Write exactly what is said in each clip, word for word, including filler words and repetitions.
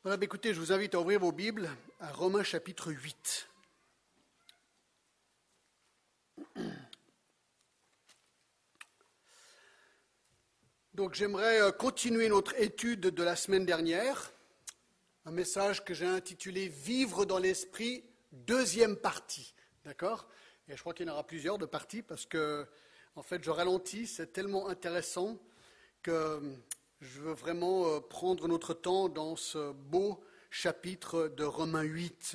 Voilà, bah écoutez, je vous invite à ouvrir vos Bibles à Romains chapitre huit. Donc j'aimerais continuer notre étude de la semaine dernière, un message que j'ai intitulé « Vivre dans l'esprit », deuxième partie, d'accord ? Et je crois qu'il y en aura plusieurs de parties parce que, en fait, je ralentis, c'est tellement intéressant que je veux vraiment prendre notre temps dans ce beau chapitre de Romains huit.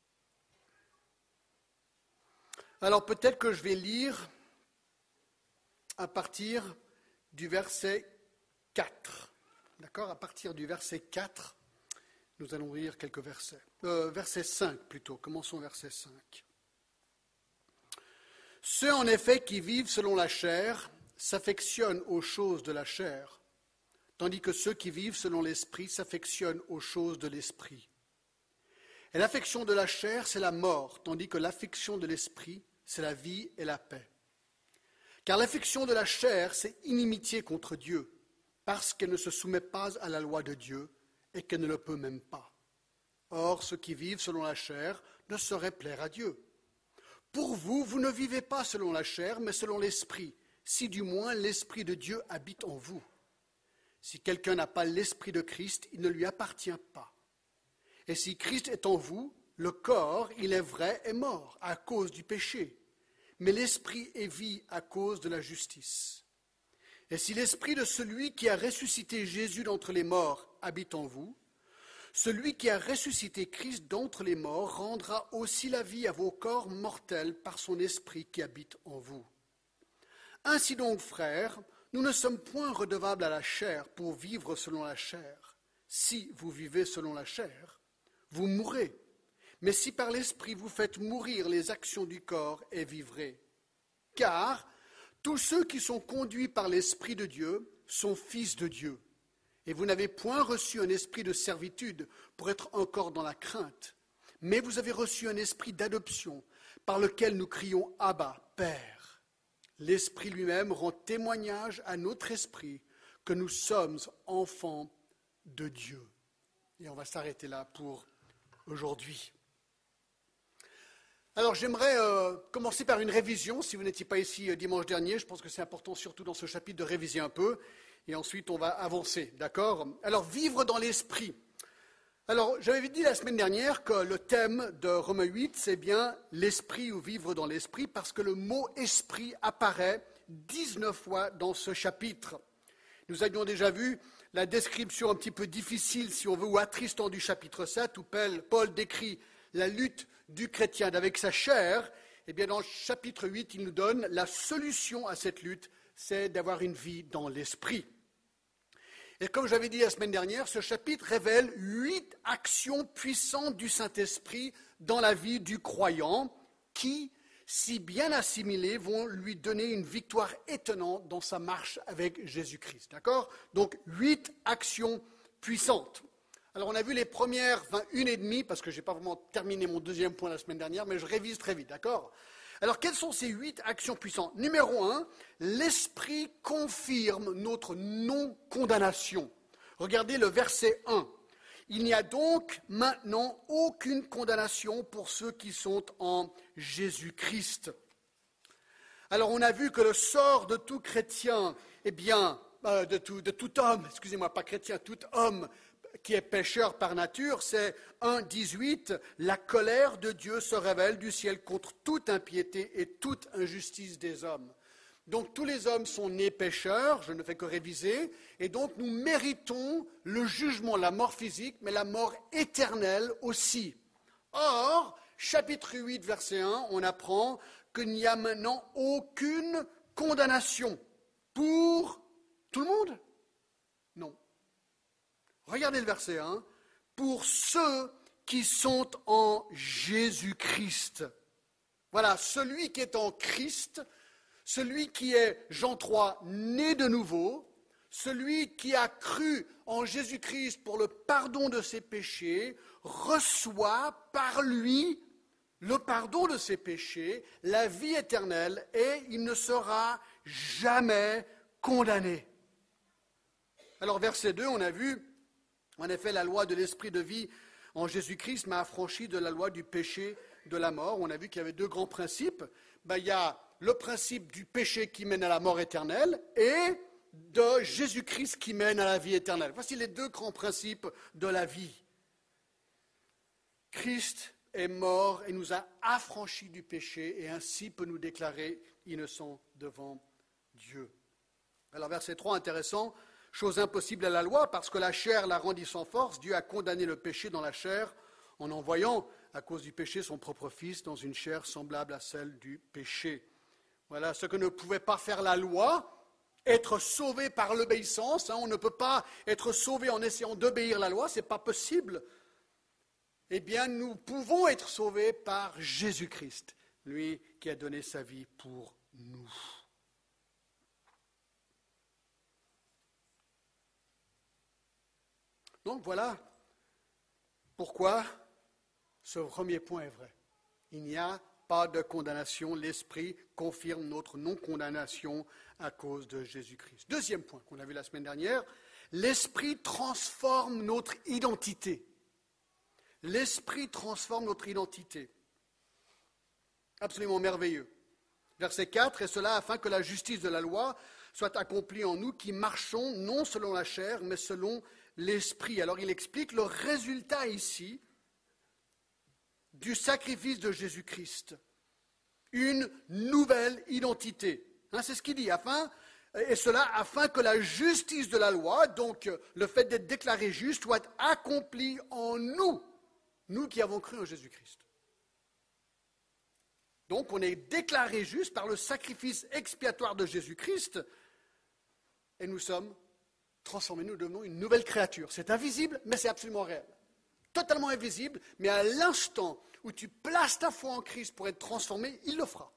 Alors peut-être que je vais lire à partir du verset quatre. D'accord ? À partir du verset quatre, nous allons lire quelques versets. Euh, verset cinq plutôt, commençons verset cinq. Ceux en effet qui vivent selon la chair s'affectionnent aux choses de la chair, tandis que ceux qui vivent selon l'esprit s'affectionnent aux choses de l'esprit. Et l'affection de la chair, c'est la mort, tandis que l'affection de l'esprit, c'est la vie et la paix. Car l'affection de la chair, c'est inimitié contre Dieu, parce qu'elle ne se soumet pas à la loi de Dieu et qu'elle ne le peut même pas. Or, ceux qui vivent selon la chair ne sauraient plaire à Dieu. Pour vous, vous ne vivez pas selon la chair, mais selon l'esprit, si du moins l'esprit de Dieu habite en vous. Si quelqu'un n'a pas l'esprit de Christ, il ne lui appartient pas. Et si Christ est en vous, le corps, il est vrai, est mort à cause du péché, mais l'esprit est vie à cause de la justice. Et si l'esprit de celui qui a ressuscité Jésus d'entre les morts habite en vous, celui qui a ressuscité Christ d'entre les morts rendra aussi la vie à vos corps mortels par son esprit qui habite en vous. Ainsi donc, frères, nous ne sommes point redevables à la chair pour vivre selon la chair. Si vous vivez selon la chair, vous mourrez. Mais si par l'esprit vous faites mourir les actions du corps, et vivrez. Car tous ceux qui sont conduits par l'esprit de Dieu sont fils de Dieu. Et vous n'avez point reçu un esprit de servitude pour être encore dans la crainte, mais vous avez reçu un esprit d'adoption par lequel nous crions « Abba, Père ». L'Esprit lui-même rend témoignage à notre esprit que nous sommes enfants de Dieu. Et on va s'arrêter là pour aujourd'hui. Alors j'aimerais euh, commencer par une révision. Si vous n'étiez pas ici euh, dimanche dernier, je pense que c'est important surtout dans ce chapitre de réviser un peu. Et ensuite on va avancer, d'accord ? Alors vivre dans l'esprit. Alors j'avais dit la semaine dernière que le thème de Romains huit, c'est bien l'esprit ou vivre dans l'esprit, parce que le mot esprit apparaît dix-neuf fois dans ce chapitre. Nous avions déjà vu la description un petit peu difficile, si on veut, ou attristante du chapitre sept, où Paul décrit la lutte du chrétien avec sa chair. Eh bien dans le chapitre huit, il nous donne la solution à cette lutte, c'est d'avoir une vie dans l'esprit. Et comme j'avais dit la semaine dernière, ce chapitre révèle huit actions puissantes du Saint-Esprit dans la vie du croyant qui, si bien assimilées, vont lui donner une victoire étonnante dans sa marche avec Jésus-Christ. D'accord ? Donc, huit actions puissantes. Alors, on a vu les premières vingt, une et demie, parce que je n'ai pas vraiment terminé mon deuxième point la semaine dernière, mais je révise très vite, d'accord ? Alors, quelles sont ces huit actions puissantes ? Numéro un, l'Esprit confirme notre non-condamnation. Regardez le verset un. Il n'y a donc maintenant aucune condamnation pour ceux qui sont en Jésus-Christ. Alors, on a vu que le sort de tout chrétien, eh bien, euh, de, tout, de tout homme, excusez-moi, pas chrétien, tout homme qui est pécheur par nature, c'est un dix-huit, la colère de Dieu se révèle du ciel contre toute impiété et toute injustice des hommes. Donc tous les hommes sont nés pécheurs, je ne fais que réviser, et donc nous méritons le jugement, la mort physique, mais la mort éternelle aussi. Or, chapitre huit, verset un, on apprend qu'il n'y a maintenant aucune condamnation pour tout le monde ? Non. Regardez le verset un. Pour ceux qui sont en Jésus-Christ. Voilà, celui qui est en Christ, celui qui est, Jean trois, né de nouveau, celui qui a cru en Jésus-Christ pour le pardon de ses péchés, reçoit par lui le pardon de ses péchés, la vie éternelle, et il ne sera jamais condamné. Alors, verset deux, on a vu En effet, la loi de l'esprit de vie en Jésus-Christ m'a affranchi de la loi du péché, de la mort. On a vu qu'il y avait deux grands principes. Ben, il y a le principe du péché qui mène à la mort éternelle et de Jésus-Christ qui mène à la vie éternelle. Voici les deux grands principes de la vie. Christ est mort et nous a affranchis du péché et ainsi peut nous déclarer innocents devant Dieu. Alors verset trois, intéressant. Chose impossible à la loi, parce que la chair l'a rendit sans force, Dieu a condamné le péché dans la chair en envoyant, à cause du péché, son propre Fils dans une chair semblable à celle du péché. Voilà ce que ne pouvait pas faire la loi, être sauvé par l'obéissance. Hein, on ne peut pas être sauvé en essayant d'obéir la loi, ce n'est pas possible. Eh bien, nous pouvons être sauvés par Jésus-Christ, lui qui a donné sa vie pour nous. Donc voilà pourquoi ce premier point est vrai. Il n'y a pas de condamnation. L'Esprit confirme notre non-condamnation à cause de Jésus-Christ. Deuxième point qu'on a vu la semaine dernière, l'Esprit transforme notre identité. L'Esprit transforme notre identité. Absolument merveilleux. Verset quatre, et cela afin que la justice de la loi soit accomplie en nous qui marchons non selon la chair, mais selon l'Esprit. Alors il explique le résultat ici du sacrifice de Jésus-Christ. Une nouvelle identité. Hein, c'est ce qu'il dit, afin, et cela afin que la justice de la loi, donc le fait d'être déclaré juste, soit accomplie en nous, nous qui avons cru en Jésus-Christ. Donc on est déclaré juste par le sacrifice expiatoire de Jésus-Christ, et nous sommes transformés, nous devenons une nouvelle créature. C'est invisible, mais c'est absolument réel. Totalement invisible, mais à l'instant où tu places ta foi en Christ pour être transformé, il le fera.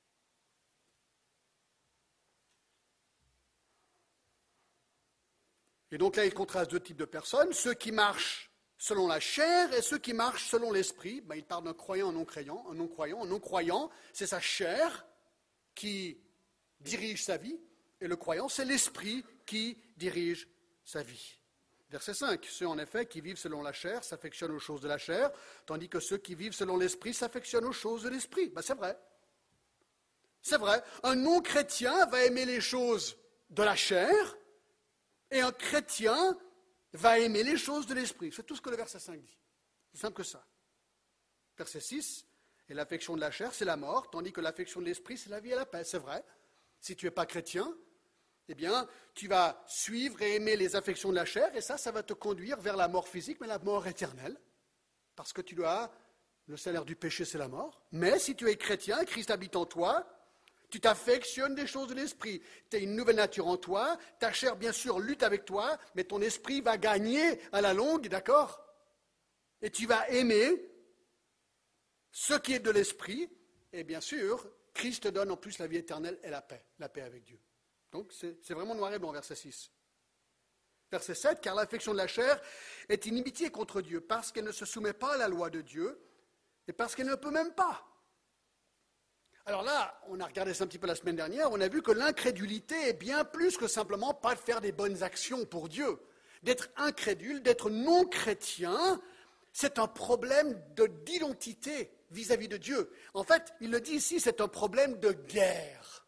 Et donc là, il contraste deux types de personnes, ceux qui marchent selon la chair et ceux qui marchent selon l'esprit. Ben, il parle d'un croyant, un non-croyant, un non-croyant, un non-croyant, c'est sa chair qui dirige sa vie, et le croyant, c'est l'esprit qui dirige sa vie. Verset cinq, ceux en effet qui vivent selon la chair s'affectionnent aux choses de la chair, tandis que ceux qui vivent selon l'esprit s'affectionnent aux choses de l'esprit. Ben, c'est vrai. C'est vrai. Un non-chrétien va aimer les choses de la chair, et un chrétien va aimer les choses de l'esprit. C'est tout ce que le verset cinq dit. C'est simple que ça. Verset six, et l'affection de la chair, c'est la mort, tandis que l'affection de l'esprit, c'est la vie et la paix. C'est vrai. Si tu n'es pas chrétien, eh bien, tu vas suivre et aimer les affections de la chair, et ça, ça va te conduire vers la mort physique, mais la mort éternelle, parce que tu dois, le salaire du péché, c'est la mort. Mais si tu es chrétien, Christ habite en toi, tu t'affectionnes des choses de l'esprit. Tu as une nouvelle nature en toi, ta chair, bien sûr, lutte avec toi, mais ton esprit va gagner à la longue, d'accord? Et tu vas aimer ce qui est de l'esprit, et bien sûr, Christ te donne en plus la vie éternelle et la paix, la paix avec Dieu. Donc c'est, c'est vraiment noir et blanc, verset six. Verset sept, car l'affection de la chair est inimitié contre Dieu, parce qu'elle ne se soumet pas à la loi de Dieu, et parce qu'elle ne peut même pas. Alors là, on a regardé ça un petit peu la semaine dernière, on a vu que l'incrédulité est bien plus que simplement pas de faire des bonnes actions pour Dieu. D'être incrédule, d'être non chrétien, c'est un problème de, d'identité vis-à-vis de Dieu. En fait, il le dit ici, c'est un problème de guerre.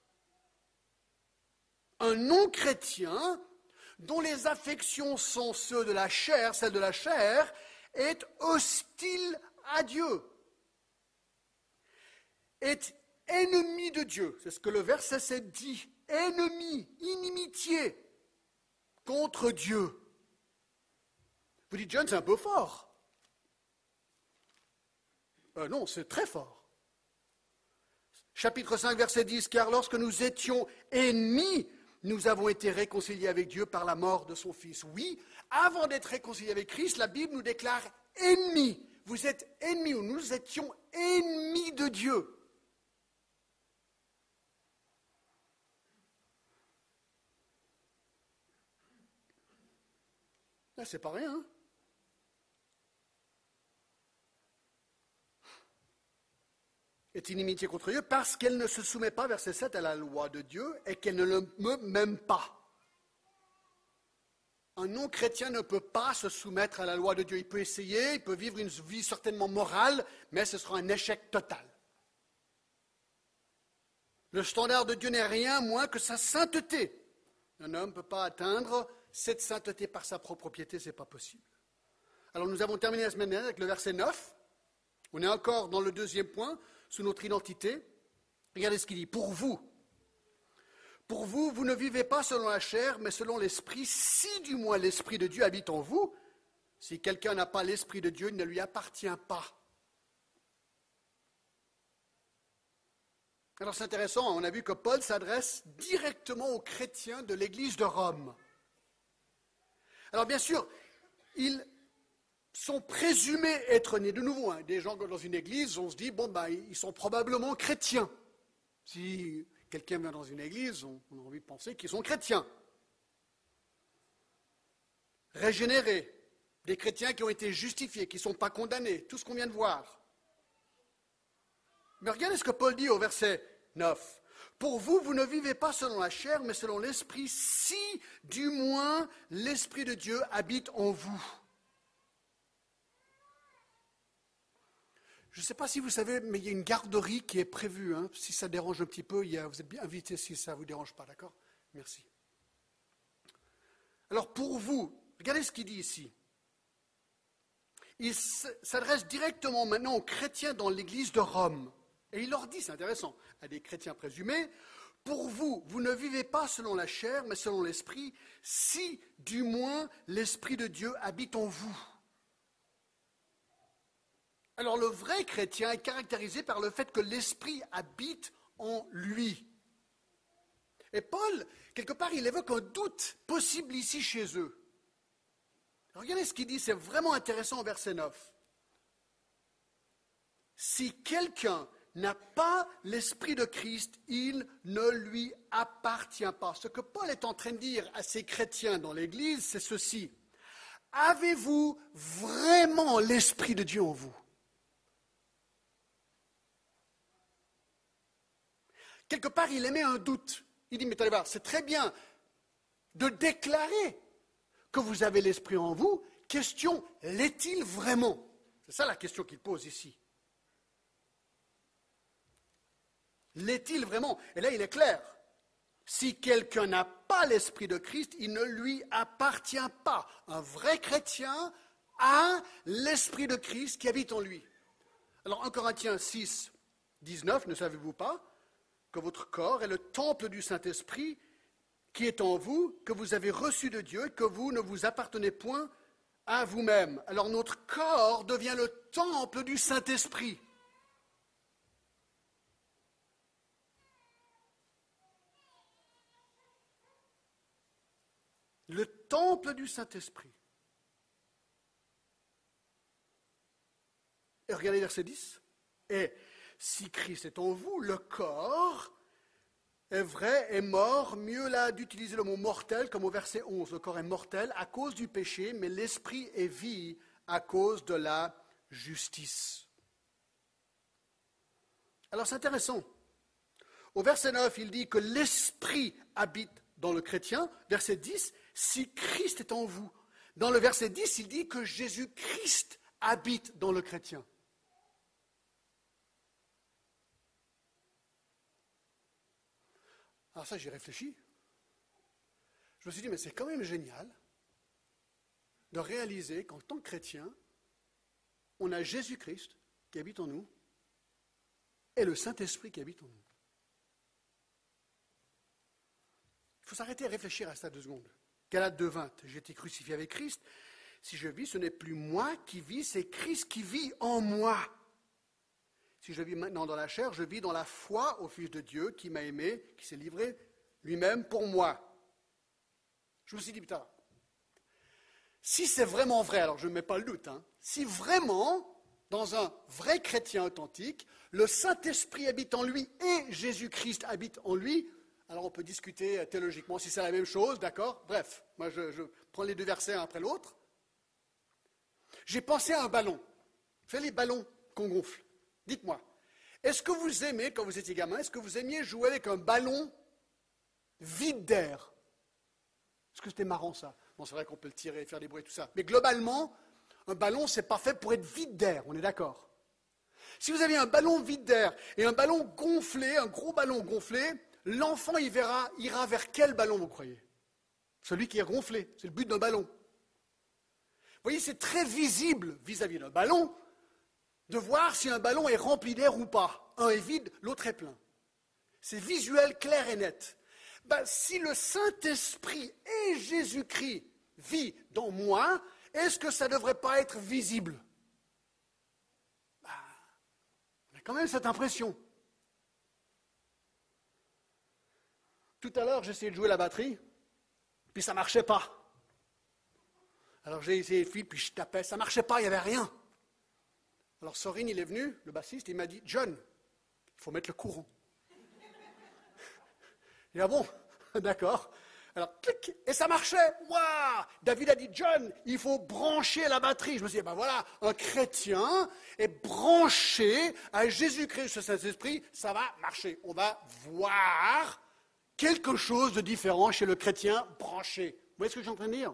Un non-chrétien, dont les affections sont ceux de la chair, celles de la chair, est hostile à Dieu. Est ennemi de Dieu. C'est ce que le verset sept dit. Ennemi, inimitié contre Dieu. Vous dites, John, c'est un peu fort. Euh, non, c'est très fort. Chapitre cinq, verset dix, car lorsque nous étions ennemis, nous avons été réconciliés avec Dieu par la mort de son Fils. Oui, avant d'être réconciliés avec Christ, la Bible nous déclare ennemis. Vous êtes ennemis, ou nous étions ennemis de Dieu. Là, c'est pas rien. Hein? Est inimitié contre Dieu parce qu'elle ne se soumet pas, verset sept, à la loi de Dieu et qu'elle ne le m'aime pas. Un non-chrétien ne peut pas se soumettre à la loi de Dieu. Il peut essayer, il peut vivre une vie certainement morale, mais ce sera un échec total. Le standard de Dieu n'est rien moins que sa sainteté. Un homme ne peut pas atteindre cette sainteté par sa propre piété, ce n'est pas possible. Alors nous avons terminé la semaine dernière avec le verset neuf. On est encore dans le deuxième point, sous notre identité. Regardez ce qu'il dit. Pour vous, pour vous, vous ne vivez pas selon la chair, mais selon l'esprit, si du moins l'esprit de Dieu habite en vous. Si quelqu'un n'a pas l'esprit de Dieu, il ne lui appartient pas. Alors c'est intéressant, on a vu que Paul s'adresse directement aux chrétiens de l'église de Rome. Alors bien sûr, ils sont présumés être nés de nouveau. Hein. Des gens dans une église, on se dit, bon, ben, ils sont probablement chrétiens. Si quelqu'un vient dans une église, on, on a envie de penser qu'ils sont chrétiens. Régénérés, des chrétiens qui ont été justifiés, qui ne sont pas condamnés, tout ce qu'on vient de voir. Mais regardez ce que Paul dit au verset neuf. Pour vous, vous ne vivez pas selon la chair, mais selon l'esprit, si du moins l'esprit de Dieu habite en vous. Je ne sais pas si vous savez, mais il y a une garderie qui est prévue. Hein. Si ça dérange un petit peu, il y a, vous êtes bien invités si ça ne vous dérange pas, d'accord? Merci. Alors pour vous, regardez ce qu'il dit ici. Il s'adresse directement maintenant aux chrétiens dans l'église de Rome. Et il leur dit, c'est intéressant, à des chrétiens présumés, pour vous, vous ne vivez pas selon la chair, mais selon l'esprit, si du moins l'esprit de Dieu habite en vous. Alors le vrai chrétien est caractérisé par le fait que l'esprit habite en lui. Et Paul, quelque part, il évoque un doute possible ici chez eux. Regardez ce qu'il dit, c'est vraiment intéressant au verset neuf. Si quelqu'un n'a pas l'esprit de Christ, il ne lui appartient pas. Ce que Paul est en train de dire à ces chrétiens dans l'Église, c'est ceci. Avez-vous vraiment l'esprit de Dieu en vous? Quelque part, il émet un doute. Il dit, mais allez voir, c'est très bien de déclarer que vous avez l'esprit en vous. Question, l'est-il vraiment? C'est ça la question qu'il pose ici. L'est-il vraiment? Et là, il est clair. Si quelqu'un n'a pas l'esprit de Christ, il ne lui appartient pas. Un vrai chrétien a l'esprit de Christ qui habite en lui. Alors, un Corinthiens six, dix-neuf, ne savez-vous pas que votre corps est le temple du Saint-Esprit qui est en vous, que vous avez reçu de Dieu, que vous ne vous appartenez point à vous-même. Alors notre corps devient le temple du Saint-Esprit. Le temple du Saint-Esprit. Et regardez verset dix. Et si Christ est en vous, le corps est vrai, est mort, mieux là d'utiliser le mot mortel comme au verset onze. Le corps est mortel à cause du péché, mais l'esprit est vie à cause de la justice. Alors c'est intéressant. Au verset neuf, il dit que l'esprit habite dans le chrétien. Verset dix, si Christ est en vous. Dans le verset dix, il dit que Jésus-Christ habite dans le chrétien. Alors ça, j'ai réfléchi. Je me suis dit, mais c'est quand même génial de réaliser qu'en tant que chrétien, on a Jésus-Christ qui habite en nous et le Saint-Esprit qui habite en nous. Il faut s'arrêter et réfléchir à ça deux secondes. Galates deux, vingt, j'ai été crucifié avec Christ. Si je vis, ce n'est plus moi qui vis, c'est Christ qui vit en moi. Si je vis maintenant dans la chair, je vis dans la foi au Fils de Dieu qui m'a aimé, qui s'est livré lui-même pour moi. Je me suis dit, putain, si c'est vraiment vrai, alors je ne mets pas le doute, hein, si vraiment, dans un vrai chrétien authentique, le Saint-Esprit habite en lui et Jésus-Christ habite en lui, alors on peut discuter théologiquement si c'est la même chose, d'accord? Bref, moi je, je prends les deux versets un après l'autre. J'ai pensé à un ballon. Vous savez les ballons qu'on gonfle? Dites-moi, est-ce que vous aimez, quand vous étiez gamin, est-ce que vous aimiez jouer avec un ballon vide d'air? Est-ce que c'était marrant ça? Bon, c'est vrai qu'on peut le tirer, faire des bruits, tout ça. Mais globalement, un ballon, c'est pas fait pour être vide d'air, on est d'accord? Si vous avez un ballon vide d'air et un ballon gonflé, un gros ballon gonflé, l'enfant il verra, ira vers quel ballon, vous croyez? Celui qui est gonflé, c'est le but d'un ballon. Vous voyez, c'est très visible vis-à-vis d'un ballon de voir si un ballon est rempli d'air ou pas. Un est vide, l'autre est plein. C'est visuel, clair et net. Ben, si le Saint-Esprit et Jésus-Christ vit dans moi, est-ce que ça ne devrait pas être visible? Ben, on a quand même cette impression. Tout à l'heure, j'essayais de jouer la batterie, puis ça ne marchait pas. Alors j'ai essayé de fil, puis je tapais, ça ne marchait pas, il n'y avait rien. Alors Sorin, il est venu, le bassiste, il m'a dit, John, il faut mettre le courant. Et ah bon, d'accord. Alors, clic, et ça marchait. Waouh! David a dit, John, il faut brancher la batterie. Je me suis dit, ben voilà, un chrétien est branché à Jésus-Christ, ce Saint-Esprit, ça va marcher. On va voir quelque chose de différent chez le chrétien branché. Vous voyez ce que je suis en train de dire?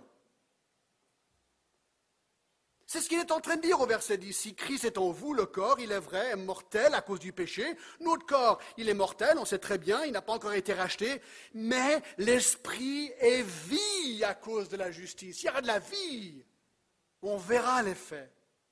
C'est ce qu'il est en train de dire au verset dix. Si Christ est en vous, le corps, il est vrai, est mortel à cause du péché. Notre corps, il est mortel, on sait très bien, il n'a pas encore été racheté. Mais l'esprit est vie à cause de la justice. Il y aura de la vie. On verra l'effet.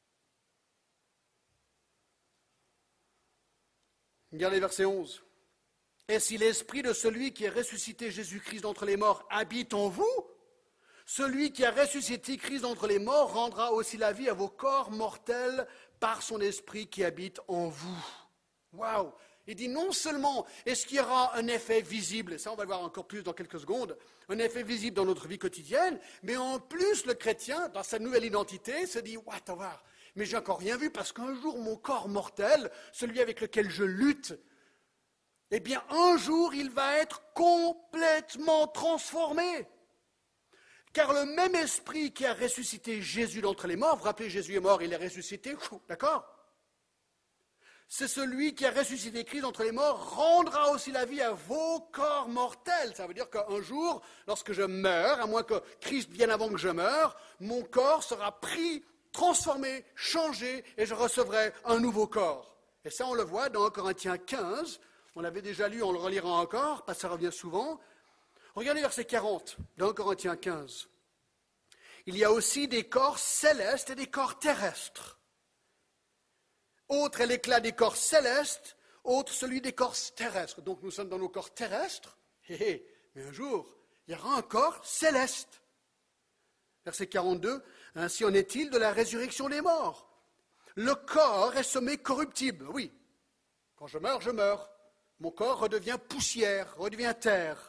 Regardez verset onze. Et si l'esprit de celui qui a ressuscité Jésus-Christ d'entre les morts habite en vous, celui qui a ressuscité Christ d'entre les morts rendra aussi la vie à vos corps mortels par son esprit qui habite en vous. Waouh! Il dit non seulement est-ce qu'il y aura un effet visible, et ça on va le voir encore plus dans quelques secondes, un effet visible dans notre vie quotidienne, mais en plus le chrétien, dans sa nouvelle identité, se dit, what, on va voir, mais j'ai encore rien vu parce qu'un jour mon corps mortel, celui avec lequel je lutte, eh bien un jour il va être complètement transformé. Car le même esprit qui a ressuscité Jésus d'entre les morts, vous vous rappelez, Jésus est mort, il est ressuscité, d'accord? C'est celui qui a ressuscité Christ d'entre les morts, rendra aussi la vie à vos corps mortels. Ça veut dire qu'un jour, lorsque je meurs, à moins que Christ vienne avant que je meure, mon corps sera pris, transformé, changé, et je recevrai un nouveau corps. Et ça, on le voit dans Corinthiens quinze, on l'avait déjà lu, on le relira encore, parce que ça revient souvent. Regardez verset quarante, dans Corinthiens quinze. Il y a aussi des corps célestes et des corps terrestres. Autre est l'éclat des corps célestes, autre celui des corps terrestres. Donc nous sommes dans nos corps terrestres, hé, hé, mais un jour, il y aura un corps céleste. Verset quarante-deux, ainsi en est-il de la résurrection des morts. Le corps est semé corruptible, oui. Quand je meurs, je meurs. Mon corps redevient poussière, redevient terre.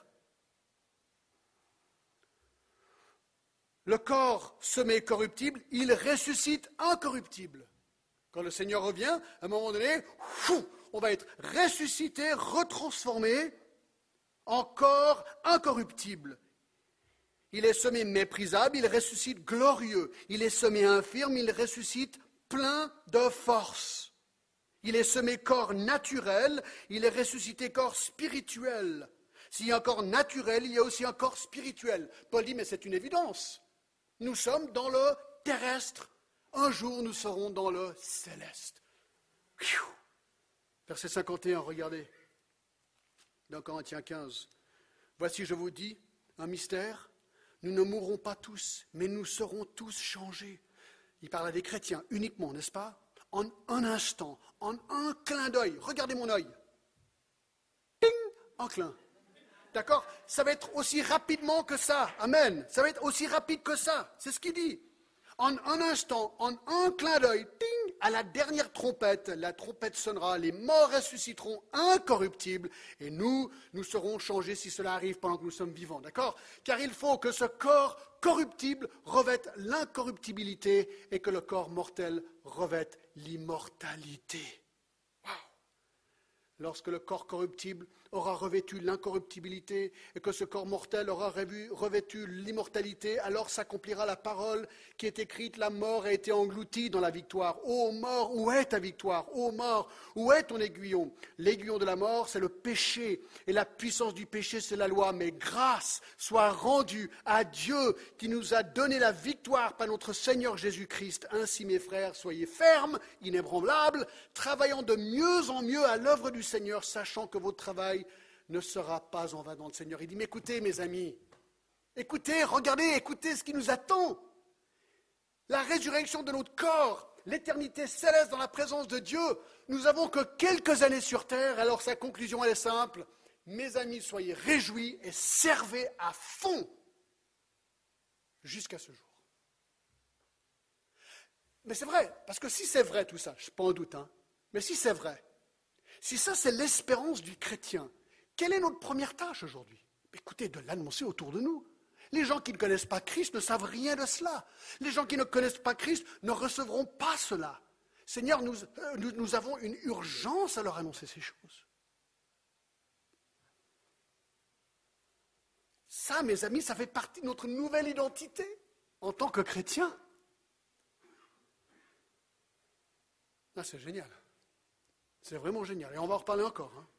Le corps semé corruptible, il ressuscite incorruptible. Quand le Seigneur revient, à un moment donné, on va être ressuscité, retransformé en corps incorruptible. Il est semé méprisable, il ressuscite glorieux. Il est semé infirme, il ressuscite plein de force. Il est semé corps naturel, il est ressuscité corps spirituel. S'il y a un corps naturel, il y a aussi un corps spirituel. Paul dit, mais c'est une évidence. Nous sommes dans le terrestre. Un jour, nous serons dans le céleste. Verset cinquante et un, regardez. Dans Corinthiens quinze. Voici, je vous dis, un mystère. Nous ne mourrons pas tous, mais nous serons tous changés. Il parle à des chrétiens uniquement, n'est-ce pas? En un instant, en un clin d'œil. Regardez mon œil. Ting, un clin. D'accord? Ça va être aussi rapidement que ça. Amen. Ça va être aussi rapide que ça. C'est ce qu'il dit. En un instant, en un clin d'œil, ting, à la dernière trompette, la trompette sonnera, les morts ressusciteront incorruptibles, et nous, nous serons changés si cela arrive pendant que nous sommes vivants. D'accord? Car il faut que ce corps corruptible revête l'incorruptibilité et que le corps mortel revête l'immortalité. Wow. Lorsque le corps corruptible aura revêtu l'incorruptibilité et que ce corps mortel aura revêtu l'immortalité, alors s'accomplira la parole qui est écrite, la mort a été engloutie dans la victoire. Ô mort, où est ta victoire? Ô mort, où est ton aiguillon? L'aiguillon de la mort, c'est le péché, et la puissance du péché, c'est la loi. Mais grâce soit rendue à Dieu qui nous a donné la victoire par notre Seigneur Jésus-Christ. Ainsi, mes frères, soyez fermes, inébranlables, travaillant de mieux en mieux à l'œuvre du Seigneur, sachant que votre travail ne sera pas en vain dans le Seigneur. Il dit, mais écoutez, mes amis, écoutez, regardez, écoutez ce qui nous attend. La résurrection de notre corps, l'éternité céleste dans la présence de Dieu. Nous n'avons que quelques années sur terre, alors sa conclusion, elle est simple. Mes amis, soyez réjouis et servez à fond jusqu'à ce jour. Mais c'est vrai, parce que si c'est vrai tout ça, je ne suis pas en doute, hein, mais si c'est vrai, si ça c'est l'espérance du chrétien, quelle est notre première tâche aujourd'hui? Écoutez, de l'annoncer autour de nous. Les gens qui ne connaissent pas Christ ne savent rien de cela. Les gens qui ne connaissent pas Christ ne recevront pas cela. Seigneur, nous, euh, nous, nous avons une urgence à leur annoncer ces choses. Ça, mes amis, ça fait partie de notre nouvelle identité en tant que chrétiens. Ah, c'est génial. C'est vraiment génial. Et on va en reparler encore. Hein.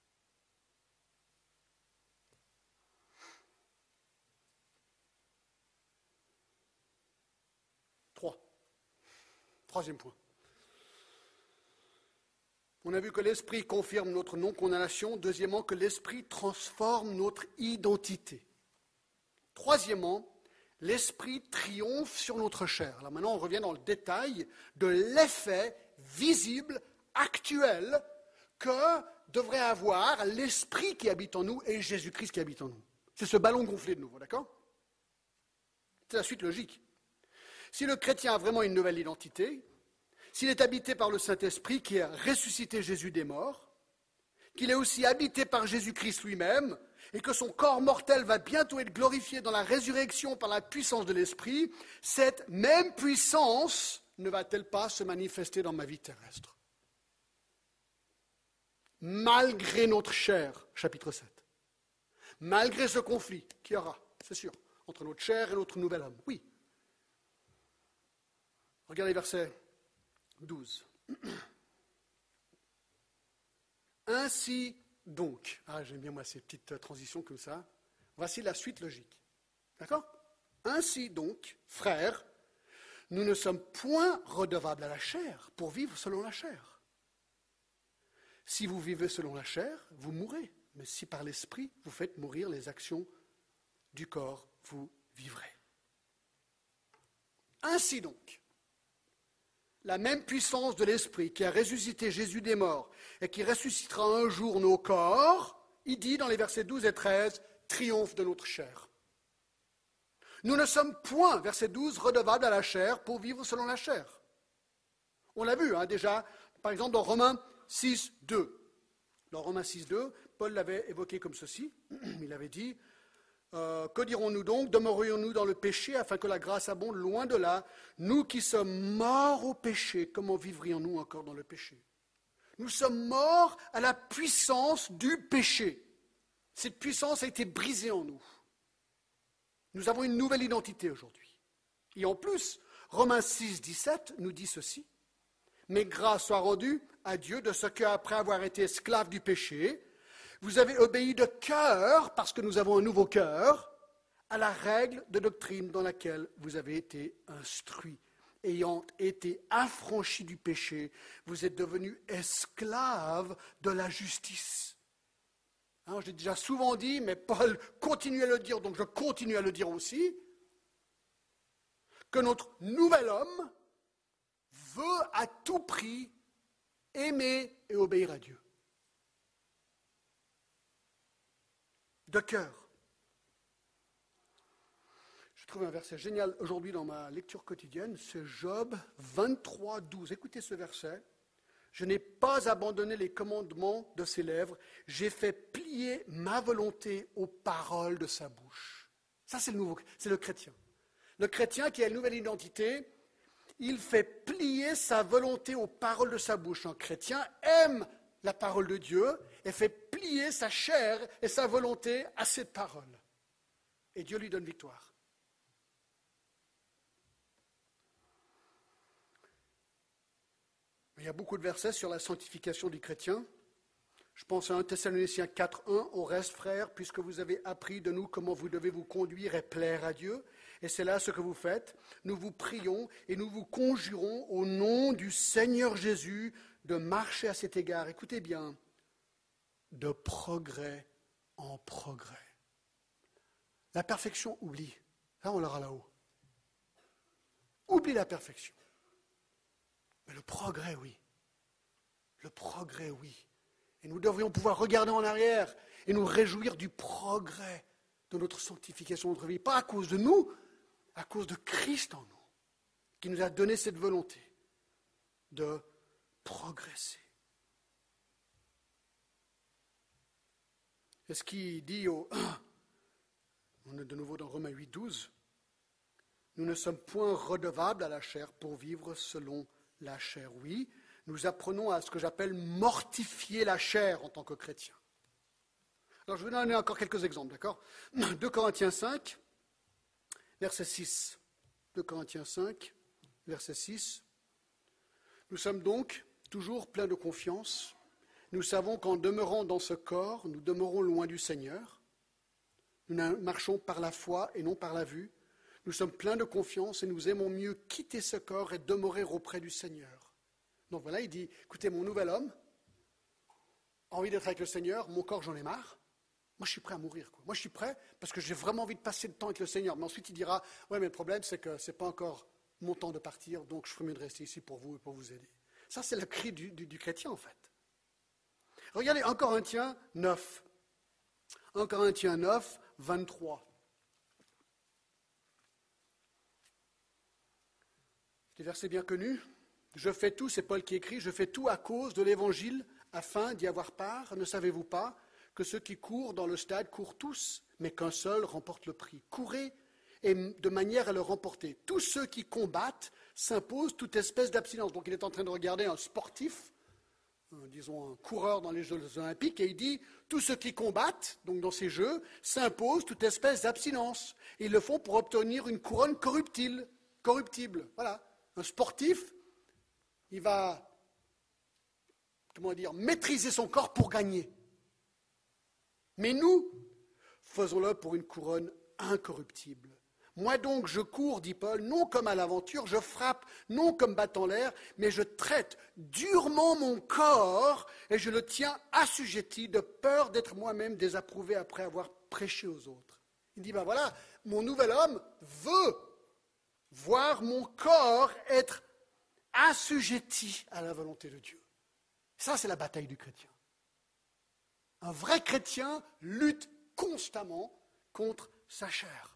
Trois. Troisième point. On a vu que l'Esprit confirme notre non-condamnation. Deuxièmement, que l'Esprit transforme notre identité. Troisièmement, l'Esprit triomphe sur notre chair. Alors maintenant, on revient dans le détail de l'effet visible, actuel, que devrait avoir l'Esprit qui habite en nous et Jésus-Christ qui habite en nous. C'est ce ballon gonflé de nouveau, d'accord? C'est la suite logique. Si le chrétien a vraiment une nouvelle identité, s'il est habité par le Saint-Esprit qui a ressuscité Jésus des morts, qu'il est aussi habité par Jésus-Christ lui-même, et que son corps mortel va bientôt être glorifié dans la résurrection par la puissance de l'Esprit, cette même puissance ne va-t-elle pas se manifester dans ma vie terrestre? Malgré notre chair, chapitre sept. Malgré ce conflit qu'il y aura, c'est sûr, entre notre chair et notre nouvel homme. Oui. Regardez verset douze. Ainsi donc, ah j'aime bien moi ces petites transitions comme ça, voici la suite logique. D'accord? Ainsi donc, frères, nous ne sommes point redevables à la chair pour vivre selon la chair. Si vous vivez selon la chair, vous mourrez. Mais si par l'esprit, vous faites mourir les actions du corps, vous vivrez. Ainsi donc, la même puissance de l'Esprit qui a ressuscité Jésus des morts et qui ressuscitera un jour nos corps, il dit dans les versets douze et treize, triomphe de notre chair. Nous ne sommes point, verset douze, redevables à la chair pour vivre selon la chair. On l'a vu hein, déjà, par exemple dans Romains six, deux. Dans Romains six, deux, Paul l'avait évoqué comme ceci, il avait dit, euh, que dirons-nous donc? Demeurions-nous dans le péché afin que la grâce abonde? Loin de là, nous qui sommes morts au péché, comment vivrions-nous encore dans le péché? Nous sommes morts à la puissance du péché. Cette puissance a été brisée en nous. Nous avons une nouvelle identité aujourd'hui. Et en plus, Romains six, dix-sept nous dit ceci. Mais grâce soit rendue à Dieu de ce qu'après avoir été esclaves du péché, vous avez obéi de cœur, parce que nous avons un nouveau cœur, à la règle de doctrine dans laquelle vous avez été instruits. Ayant été affranchis du péché, vous êtes devenus esclaves de la justice. Hein, j'ai déjà souvent dit, mais Paul continue à le dire, donc je continue à le dire aussi, que notre nouvel homme veut à tout prix aimer et obéir à Dieu. De cœur. Je trouve un verset génial aujourd'hui dans ma lecture quotidienne, c'est Job vingt-trois, douze. Écoutez ce verset. Je n'ai pas abandonné les commandements de ses lèvres, j'ai fait plier ma volonté aux paroles de sa bouche. Ça, c'est le nouveau, c'est le chrétien. Le chrétien qui a une nouvelle identité, il fait plier sa volonté aux paroles de sa bouche. Un chrétien aime la parole de Dieu et fait plier plier sa chair et sa volonté à cette parole. Et Dieu lui donne victoire. Il y a beaucoup de versets sur la sanctification du chrétien. Je pense à un Thessaloniciens quatre, un, « Au reste, frères, puisque vous avez appris de nous comment vous devez vous conduire et plaire à Dieu, et c'est là ce que vous faites, nous vous prions et nous vous conjurons au nom du Seigneur Jésus de marcher à cet égard. » Écoutez bien, de progrès en progrès. La perfection, oublie. Là, on l'aura là-haut. Oublie la perfection. Mais le progrès, oui. Le progrès, oui. Et nous devrions pouvoir regarder en arrière et nous réjouir du progrès de notre sanctification de notre vie. Pas à cause de nous, à cause de Christ en nous, qui nous a donné cette volonté de progresser. Et ce qu'il dit au... On est de nouveau dans Romains huit, douze. Nous ne sommes point redevables à la chair pour vivre selon la chair, oui. Nous apprenons à ce que j'appelle mortifier la chair en tant que chrétien. Alors je vais vous donner encore quelques exemples, d'accord ? deux Corinthiens cinq, verset six. deux Corinthiens cinq, verset six. Nous sommes donc toujours pleins de confiance. Nous savons qu'en demeurant dans ce corps, nous demeurons loin du Seigneur. Nous marchons par la foi et non par la vue. Nous sommes pleins de confiance et nous aimons mieux quitter ce corps et demeurer auprès du Seigneur. Donc voilà, il dit, écoutez, mon nouvel homme a envie d'être avec le Seigneur, mon corps, j'en ai marre. Moi, je suis prêt à mourir, quoi. Moi, je suis prêt parce que j'ai vraiment envie de passer le temps avec le Seigneur. Mais ensuite, il dira, ouais, mais le problème, c'est que ce n'est pas encore mon temps de partir, donc je ferai mieux de rester ici pour vous et pour vous aider. Ça, c'est le cri du, du, du chrétien, en fait. Regardez, un Corinthiens neuf. un Corinthiens neuf, vingt-trois. Des versets bien connus. Je fais tout, c'est Paul qui écrit, je fais tout à cause de l'évangile afin d'y avoir part. Ne savez-vous pas que ceux qui courent dans le stade courent tous, mais qu'un seul remporte le prix. Courez et de manière à le remporter. Tous ceux qui combattent s'imposent toute espèce d'abstinence. Donc il est en train de regarder un sportif, un, disons un coureur dans les Jeux olympiques, et il dit, tous ceux qui combattent, donc dans ces jeux, s'imposent toute espèce d'abstinence. Ils le font pour obtenir une couronne corruptible. corruptible. Voilà. Un sportif, il va, comment dire, maîtriser son corps pour gagner. Mais nous, faisons-le pour une couronne incorruptible. Moi donc, je cours, dit Paul, non comme à l'aventure, je frappe, non comme battant l'air, mais je traite durement mon corps et je le tiens assujetti de peur d'être moi-même désapprouvé après avoir prêché aux autres. Il dit, ben voilà, mon nouvel homme veut voir mon corps être assujetti à la volonté de Dieu. Ça, c'est la bataille du chrétien. Un vrai chrétien lutte constamment contre sa chair.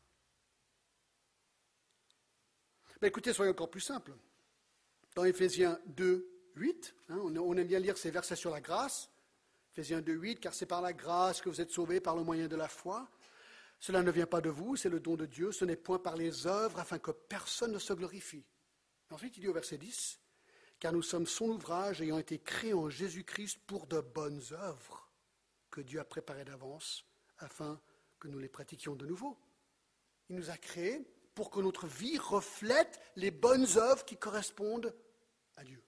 Mais écoutez, soyons encore plus simples. Dans Éphésiens deux, huit, hein, on aime bien lire ces versets sur la grâce. Éphésiens deux, huit, car c'est par la grâce que vous êtes sauvés par le moyen de la foi. Cela ne vient pas de vous, c'est le don de Dieu, ce n'est point par les œuvres afin que personne ne se glorifie. Et ensuite, il dit au verset dix, car nous sommes son ouvrage ayant été créés en Jésus-Christ pour de bonnes œuvres que Dieu a préparées d'avance afin que nous les pratiquions de nouveau. Il nous a créés pour que notre vie reflète les bonnes œuvres qui correspondent à Dieu.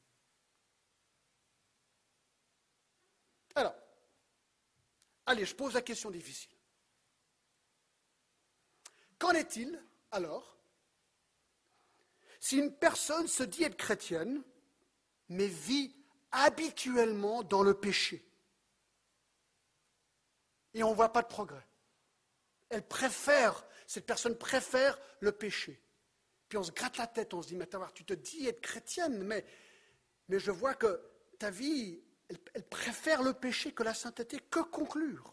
Alors, allez, je pose la question difficile. Qu'en est-il, alors, si une personne se dit être chrétienne, mais vit habituellement dans le péché, et on ne voit pas de progrès? Elle préfère, cette personne préfère le péché. Puis on se gratte la tête, on se dit, mais attends, tu te dis être chrétienne, mais, mais je vois que ta vie, elle, elle préfère le péché que la sainteté. Que conclure?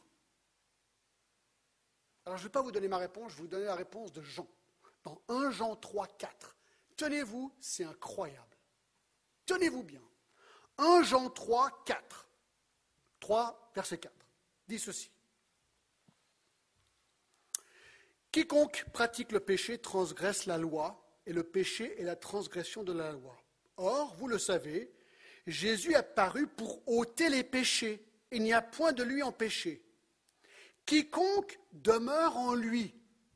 Alors je ne vais pas vous donner ma réponse, je vais vous donner la réponse de Jean. Dans un Jean trois, quatre. Tenez-vous, c'est incroyable. Tenez-vous bien. un Jean trois, quatre. trois, verset quatre. Dit ceci. Quiconque pratique le péché transgresse la loi, et le péché est la transgression de la loi. Or, vous le savez, Jésus est apparu pour ôter les péchés, il n'y a point de lui en péché. Quiconque demeure en lui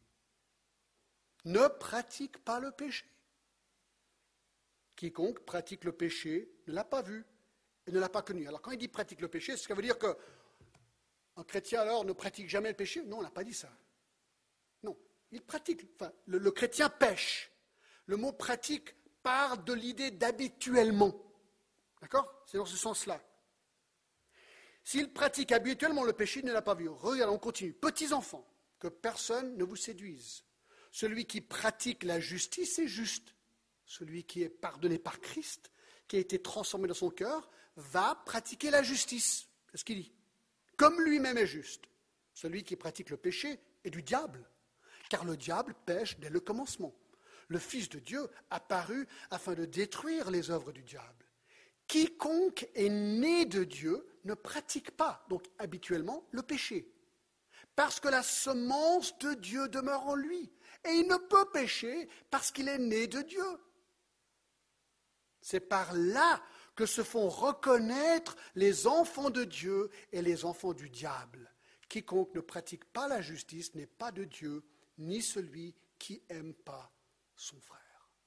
ne pratique pas le péché. Quiconque pratique le péché ne l'a pas vu et ne l'a pas connu. Alors quand il dit pratique le péché, ça veut dire qu'un chrétien alors ne pratique jamais le péché? Non, on n'a pas dit ça. Non, il pratique, enfin, le, le chrétien pêche. Le mot pratique part de l'idée d'habituellement. D'accord? C'est dans ce sens-là. S'il pratique habituellement le péché, il ne l'a pas vu. Regarde, on continue. Petits enfants, que personne ne vous séduise. Celui qui pratique la justice est juste. Celui qui est pardonné par Christ, qui a été transformé dans son cœur, va pratiquer la justice. C'est ce qu'il dit. Comme lui-même est juste. Celui qui pratique le péché est du diable. Car le diable pêche dès le commencement. Le Fils de Dieu apparut afin de détruire les œuvres du diable. Quiconque est né de Dieu ne pratique pas, donc habituellement, le péché. Parce que la semence de Dieu demeure en lui. Et il ne peut pécher parce qu'il est né de Dieu. C'est par là que se font reconnaître les enfants de Dieu et les enfants du diable. Quiconque ne pratique pas la justice n'est pas de Dieu, ni celui qui n'aime pas son frère.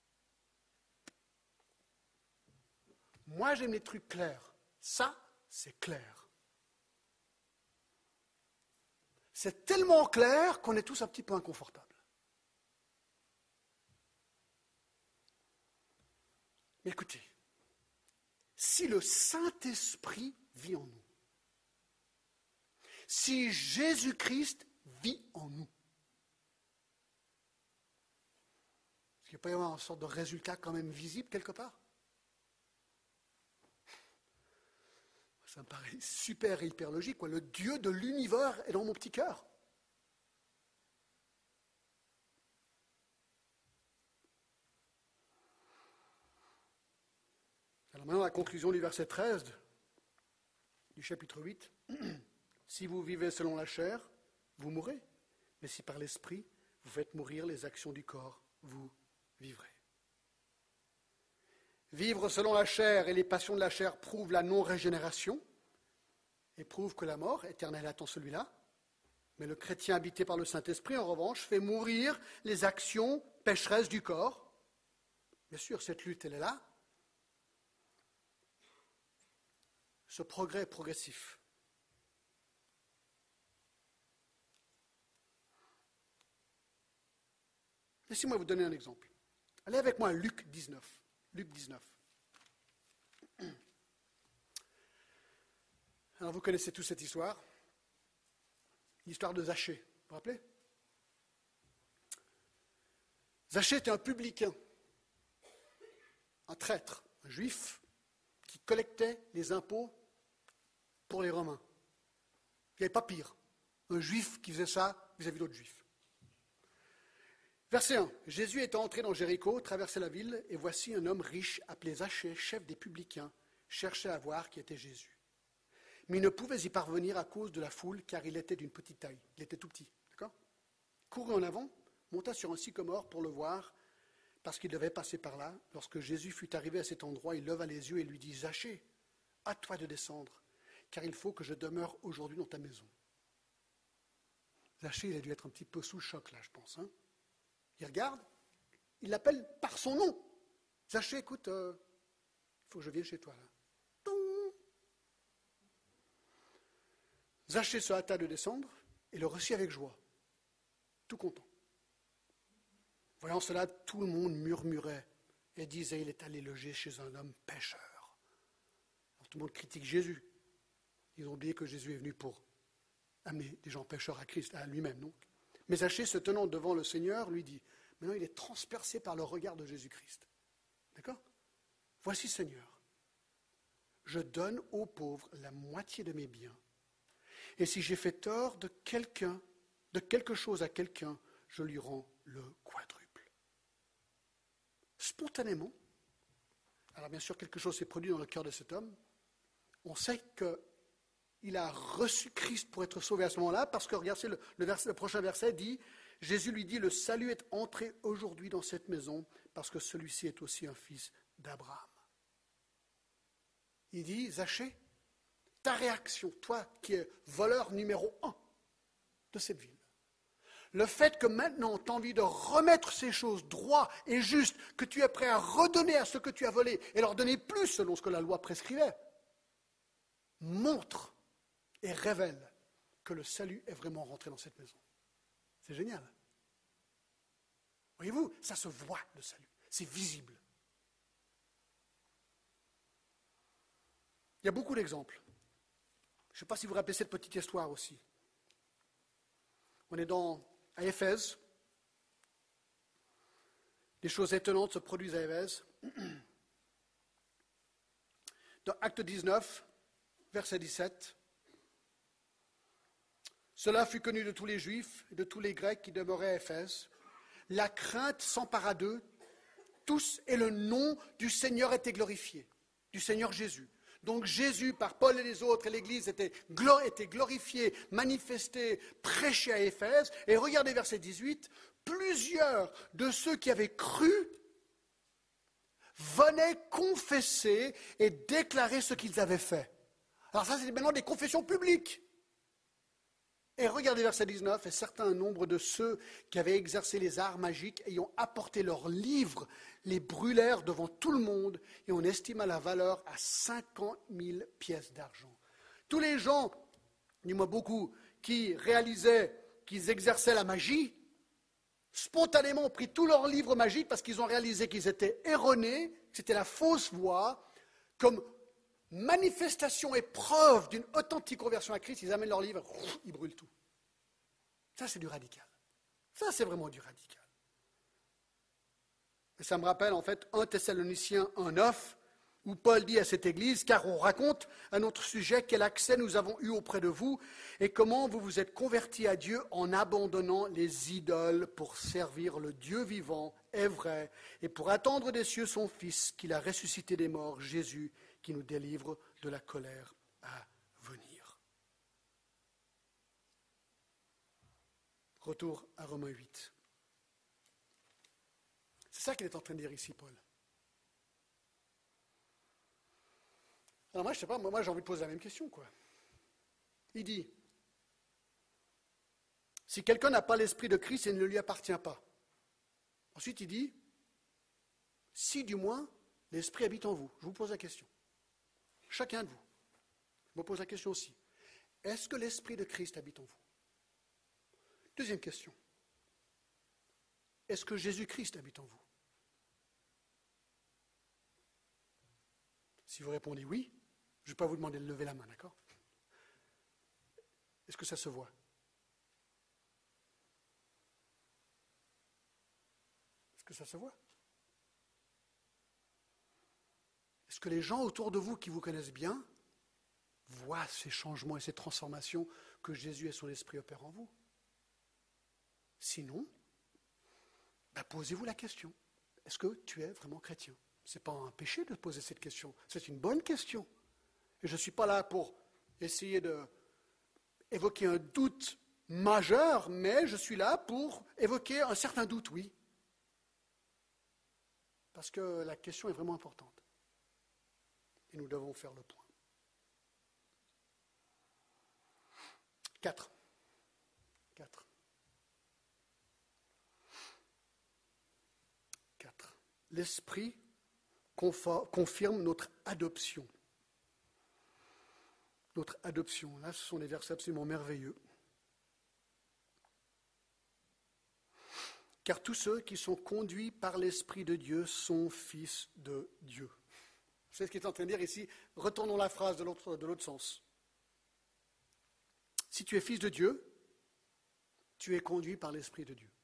Moi, j'aime les trucs clairs. Ça, c'est clair. C'est tellement clair qu'on est tous un petit peu inconfortables. Mais écoutez, si le Saint-Esprit vit en nous, si Jésus-Christ vit en nous, est-ce qu'il ne peut y avoir une sorte de résultat quand même visible quelque part? Ça me paraît super et hyper logique, quoi. Le Dieu de l'univers est dans mon petit cœur. Alors maintenant, la conclusion du verset treize du chapitre huit. Si vous vivez selon la chair, vous mourrez. Mais si par l'esprit, vous faites mourir les actions du corps, vous vivrez. Vivre selon la chair et les passions de la chair prouvent la non-régénération et prouvent que la mort éternelle attend celui-là. Mais le chrétien habité par le Saint-Esprit, en revanche, fait mourir les actions pécheresses du corps. Bien sûr, cette lutte, elle est là. Ce progrès est progressif. Laissez-moi vous donner un exemple. Allez avec moi à Luc dix-neuf. Luc dix-neuf. Alors vous connaissez tous cette histoire. L'histoire de Zachée. Vous vous rappelez? Zachée était un publicain, un traître, un juif qui collectait les impôts pour les Romains. Il n'y avait pas pire. Un juif qui faisait ça vis-à-vis d'autres juifs. Verset un. Jésus étant entré dans Jéricho, traversait la ville, et voici un homme riche appelé Zachée, chef des publicains, cherchait à voir qui était Jésus. Mais il ne pouvait y parvenir à cause de la foule, car il était d'une petite taille. Il était tout petit. D'accord? Courut en avant, monta sur un sycomore pour le voir, parce qu'il devait passer par là. Lorsque Jésus fut arrivé à cet endroit, il leva les yeux et lui dit, Zachée, à toi de descendre, car il faut que je demeure aujourd'hui dans ta maison. Zachée, il a dû être un petit peu sous le choc, là, je pense. Hein? Il regarde, il l'appelle par son nom. Zachée, écoute, il euh, faut que je vienne chez toi, là. Zachée se hâta de descendre et le reçut avec joie, tout content. Voyant cela, tout le monde murmurait et disait, il est allé loger chez un homme pécheur. Alors, tout le monde critique Jésus. Ils ont oublié que Jésus est venu pour amener des gens pécheurs à Christ, à lui-même. Donc. Mais Zachée, se tenant devant le Seigneur, lui dit, maintenant il est transpercé par le regard de Jésus-Christ. D'accord? Voici, Seigneur, je donne aux pauvres la moitié de mes biens. Et si j'ai fait tort de quelqu'un, de quelque chose à quelqu'un, je lui rends le quadruple. Spontanément, alors bien sûr quelque chose s'est produit dans le cœur de cet homme, on sait qu'il a reçu Christ pour être sauvé à ce moment-là, parce que regardez, le, le, verset, le prochain verset dit, Jésus lui dit, le salut est entré aujourd'hui dans cette maison, parce que celui-ci est aussi un fils d'Abraham. Il dit, Zachée, ta réaction, toi qui es voleur numéro un de cette ville? Le fait que maintenant tu as envie de remettre ces choses droit et juste, que tu es prêt à redonner à ceux que tu as volés et leur donner plus selon ce que la loi prescrivait, montre et révèle que le salut est vraiment rentré dans cette maison. C'est génial. Voyez-vous, ça se voit, le salut. C'est visible. Il y a beaucoup d'exemples. Je ne sais pas si vous vous rappelez cette petite histoire aussi. On est dans, à Éphèse. Des choses étonnantes se produisent à Éphèse. Dans Acte dix-neuf, verset dix-sept. Cela fut connu de tous les Juifs et de tous les Grecs qui demeuraient à Éphèse. La crainte s'empara d'eux tous et le nom du Seigneur était glorifié, du Seigneur Jésus. Donc Jésus, par Paul et les autres, et l'Église était, glo- était glorifié, manifesté, prêché à Éphèse. Et regardez verset dix-huit, plusieurs de ceux qui avaient cru venaient confesser et déclarer ce qu'ils avaient fait. Alors ça, c'est maintenant des confessions publiques. Et regardez verset dix-neuf, et certain nombre de ceux qui avaient exercé les arts magiques, ayant apporté leurs livres, les brûlèrent devant tout le monde, et on estima la valeur à cinquante mille pièces d'argent. Tous les gens, dis-moi beaucoup, qui réalisaient qu'ils exerçaient la magie, spontanément ont pris tous leurs livres magiques parce qu'ils ont réalisé qu'ils étaient erronés, que c'était la fausse voie, comme manifestation et preuve d'une authentique conversion à Christ, ils amènent leur livre, ils brûlent tout. Ça, c'est du radical. Ça, c'est vraiment du radical. Et ça me rappelle en fait un Thessaloniciens un neuf, où Paul dit à cette église, car on raconte à notre sujet quel accès nous avons eu auprès de vous et comment vous vous êtes convertis à Dieu en abandonnant les idoles pour servir le Dieu vivant et vrai et pour attendre des cieux son Fils qu'il a ressuscité des morts, Jésus, qui nous délivre de la colère à venir. Retour à Romains huit. C'est ça qu'il est en train de dire ici, Paul. Alors moi, je ne sais pas, moi, moi j'ai envie de poser la même question, quoi. Il dit, si quelqu'un n'a pas l'esprit de Christ, il ne lui appartient pas. Ensuite, il dit, si du moins l'esprit habite en vous. Je vous pose la question. Chacun de vous. Je me pose la question aussi. Est-ce que l'esprit de Christ habite en vous? Deuxième question. Est-ce que Jésus-Christ habite en vous? Si vous répondez oui, je ne vais pas vous demander de lever la main, d'accord? Est-ce que ça se voit? Est-ce que ça se voit? Est-ce que les gens autour de vous qui vous connaissent bien voient ces changements et ces transformations que Jésus et son esprit opèrent en vous? Sinon, ben posez-vous la question. Est-ce que tu es vraiment chrétien? Ce n'est pas un péché de poser cette question. C'est une bonne question. Et je ne suis pas là pour essayer d'évoquer un doute majeur, mais je suis là pour évoquer un certain doute, oui. Parce que la question est vraiment importante. Et nous devons faire le point. Quatre. Quatre. Quatre. L'Esprit confirme notre adoption. Notre adoption. Là, ce sont des versets absolument merveilleux. Car tous ceux qui sont conduits par l'Esprit de Dieu sont fils de Dieu. C'est ce qu'il est en train de dire ici. Retournons la phrase de l'autre, de l'autre sens. Si tu es fils de Dieu, tu es conduit par l'Esprit de Dieu.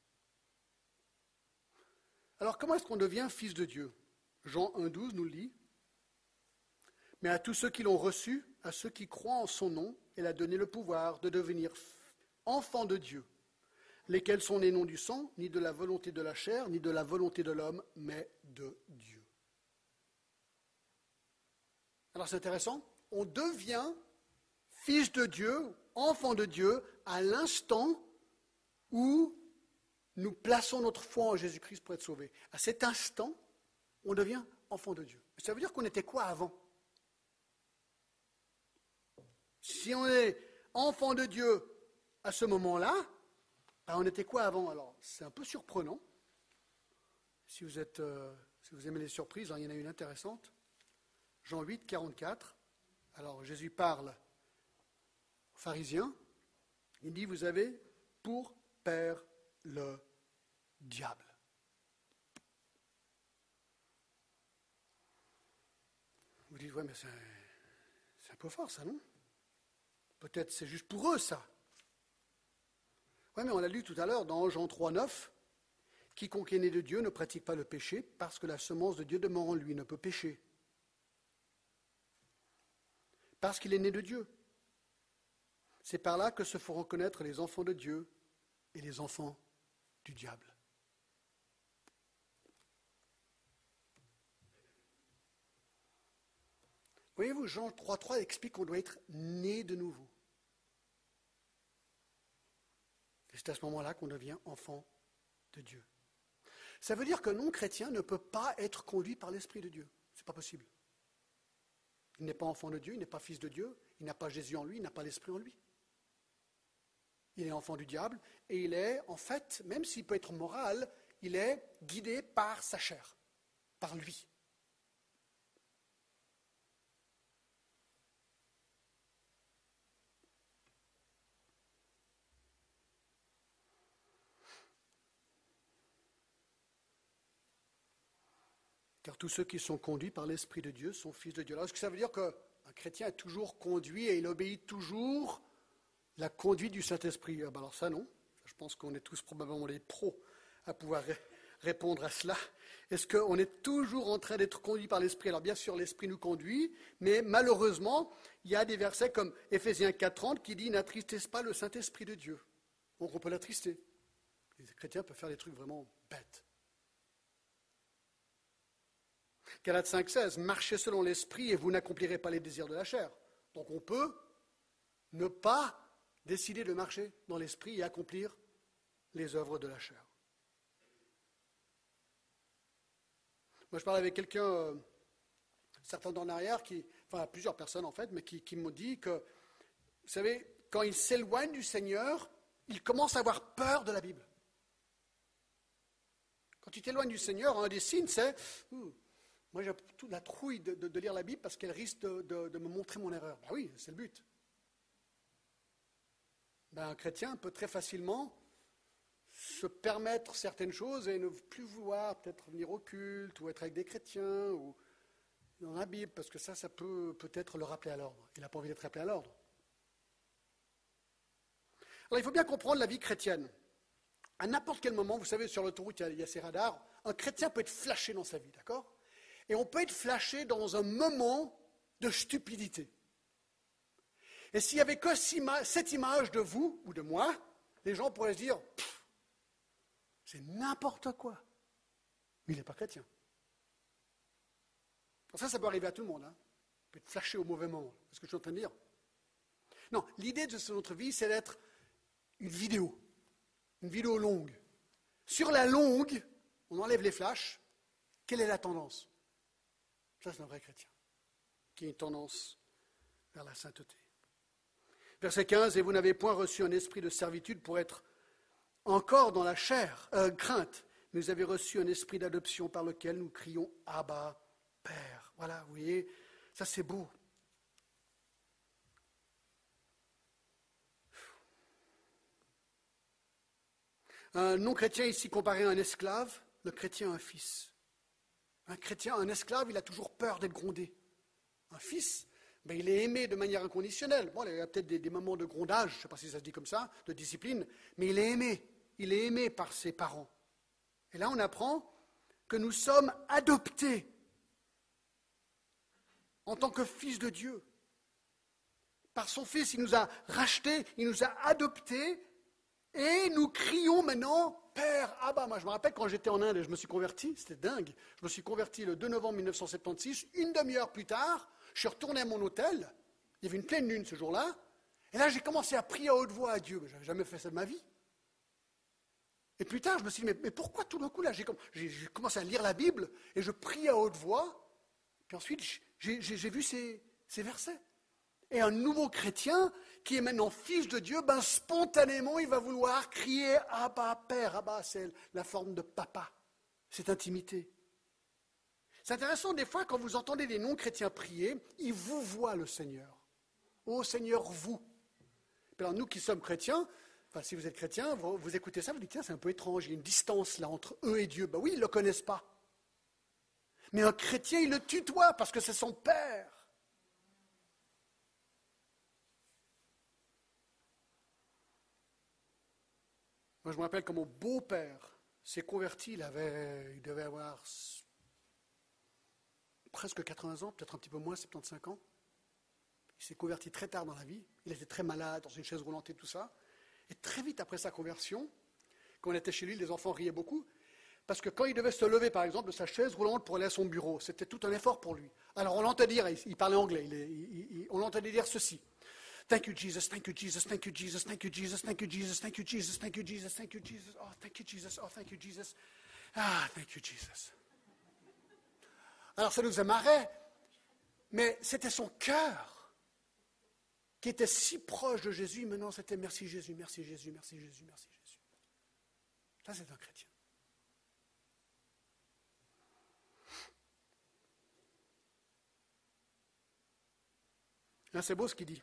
Alors, comment est-ce qu'on devient fils de Dieu? Jean un douze nous le dit. Mais à tous ceux qui l'ont reçu, à ceux qui croient en son nom, il a donné le pouvoir de devenir enfants de Dieu, lesquels sont nés non du sang, ni de la volonté de la chair, ni de la volonté de l'homme, mais de Dieu. Alors c'est intéressant, on devient fils de Dieu, enfant de Dieu, à l'instant où nous plaçons notre foi en Jésus-Christ pour être sauvés. À cet instant, on devient enfant de Dieu. Ça veut dire qu'on était quoi avant? Si on est enfant de Dieu à ce moment-là, ben on était quoi avant? Alors, c'est un peu surprenant. Si vous, êtes, euh, si vous aimez les surprises, hein, il y en a une intéressante. Jean huit, quarante-quatre. Alors, Jésus parle aux pharisiens. Il dit, vous avez pour père le diable. Vous dites, ouais, mais c'est, c'est un peu fort ça, non? Peut-être c'est juste pour eux, ça. Oui, mais on l'a lu tout à l'heure dans Jean trois, neuf. Quiconque est né de Dieu ne pratique pas le péché, parce que la semence de Dieu demeure en lui, ne peut pécher. Parce qu'il est né de Dieu. C'est par là que se font reconnaître les enfants de Dieu et les enfants du diable. Voyez-vous, Jean trois, trois explique qu'on doit être né de nouveau. Et c'est à ce moment-là qu'on devient enfant de Dieu. Ça veut dire qu'un non-chrétien ne peut pas être conduit par l'Esprit de Dieu. Ce n'est pas possible. Il n'est pas enfant de Dieu, il n'est pas fils de Dieu, il n'a pas Jésus en lui, il n'a pas l'Esprit en lui. Il est enfant du diable et il est, en fait, même s'il peut être moral, il est guidé par sa chair, par lui. Car tous ceux qui sont conduits par l'Esprit de Dieu sont fils de Dieu. Alors, est-ce que ça veut dire qu'un chrétien est toujours conduit et il obéit toujours la conduite du Saint-Esprit? Ah ben alors ça, non. Je pense qu'on est tous probablement des pros à pouvoir ré- répondre à cela. Est-ce qu'on est toujours en train d'être conduit par l'Esprit? Alors bien sûr, l'Esprit nous conduit, mais malheureusement, il y a des versets comme Éphésiens quatre, trente qui dit « N'attristez pas le Saint-Esprit de Dieu ». Donc on peut l'attrister. Les chrétiens peuvent faire des trucs vraiment bêtes. Galates cinq, seize, marchez selon l'esprit et vous n'accomplirez pas les désirs de la chair. Donc on peut ne pas décider de marcher dans l'esprit et accomplir les œuvres de la chair. Moi je parlais avec quelqu'un, euh, certains temps en arrière, qui, enfin plusieurs personnes en fait, mais qui, qui m'ont dit que, vous savez, quand ils s'éloignent du Seigneur, ils commencent à avoir peur de la Bible. Quand tu t'éloignes du Seigneur, un des signes c'est... Ouh, moi, j'ai toute la trouille de, de, de lire la Bible parce qu'elle risque de, de, de me montrer mon erreur. Ben oui, c'est le but. Ben, un chrétien peut très facilement se permettre certaines choses et ne plus vouloir peut-être venir au culte ou être avec des chrétiens ou dans la Bible, parce que ça, ça peut peut-être le rappeler à l'ordre. Il n'a pas envie d'être rappelé à l'ordre. Alors, il faut bien comprendre la vie chrétienne. À n'importe quel moment, vous savez, sur l'autoroute, il y a, il y a ces radars, un chrétien peut être flashé dans sa vie, d'accord ? Et on peut être flashé dans un moment de stupidité. Et s'il n'y avait que cette image de vous ou de moi, les gens pourraient se dire, c'est n'importe quoi. Mais il n'est pas chrétien. Pour ça, ça peut arriver à tout le monde. Hein. On peut être flashé au mauvais moment. C'est ce que je suis en train de dire. Non, l'idée de notre vie, c'est d'être une vidéo. Une vidéo longue. Sur la longue, on enlève les flashs. Quelle est la tendance ? Ça, c'est un vrai chrétien, qui a une tendance vers la sainteté. Verset quinze, « Et vous n'avez point reçu un esprit de servitude pour être encore dans la chair, euh, crainte, mais vous avez reçu un esprit d'adoption par lequel nous crions « Abba, Père ». Voilà, vous voyez, ça c'est beau. Un non-chrétien ici comparé à un esclave, le chrétien un fils. Un chrétien, un esclave, il a toujours peur d'être grondé. Un fils, ben, il est aimé de manière inconditionnelle. Bon, il y a peut-être des, des moments de grondage, je ne sais pas si ça se dit comme ça, de discipline, mais il est aimé. Il est aimé par ses parents. Et là, on apprend que nous sommes adoptés en tant que fils de Dieu. Par son Fils, il nous a rachetés, il nous a adoptés, et nous crions maintenant « Père, Abba ». Moi, je me rappelle quand j'étais en Inde et je me suis converti, c'était dingue. Je me suis converti le deux novembre mille neuf cent soixante-seize, une demi-heure plus tard, je suis retourné à mon hôtel, il y avait une pleine lune ce jour-là, et là j'ai commencé à prier à haute voix à Dieu, mais je n'avais jamais fait ça de ma vie. Et plus tard, je me suis dit, mais, mais pourquoi tout d'un coup là, j'ai, j'ai, j'ai commencé à lire la Bible, et je prie à haute voix, puis ensuite j'ai, j'ai, j'ai vu ces, ces versets. Et un nouveau chrétien, qui est maintenant fils de Dieu, ben spontanément, il va vouloir crier « Abba, Père ». Abba, c'est la forme de papa, cette intimité. C'est intéressant, des fois, quand vous entendez des non-chrétiens prier, ils vous voient le Seigneur. « Ô Seigneur, vous ». Alors nous qui sommes chrétiens, enfin si vous êtes chrétiens, vous, vous écoutez ça, vous dites « Tiens, c'est un peu étrange, il y a une distance là entre eux et Dieu ». Ben oui, ils ne le connaissent pas. Mais un chrétien, il le tutoie parce que c'est son Père. Moi, je me rappelle quand mon beau-père s'est converti, il, avait, il devait avoir presque quatre-vingts ans, peut-être un petit peu moins, soixante-quinze ans. Il s'est converti très tard dans la vie. Il était très malade, dans une chaise roulante et tout ça. Et très vite après sa conversion, quand on était chez lui, les enfants riaient beaucoup. Parce que quand il devait se lever, par exemple, de sa chaise roulante pour aller à son bureau, c'était tout un effort pour lui. Alors on l'entendait dire, il parlait anglais, il, il, il, on l'entendait dire ceci. Thank you, Jesus, thank you, Jesus, thank you, Jesus, thank you, Jesus, thank you, Jesus, thank you, Jesus, thank you, Jesus, thank you, Jesus, oh, thank you, Jesus, oh, thank you, Jesus, ah, thank you, Jesus. Alors ça nous amarrait, mais c'était son cœur qui était si proche de Jésus, maintenant c'était merci Jésus, merci Jésus, merci Jésus, merci Jésus. Ça c'est un chrétien. Là c'est beau ce qu'il dit.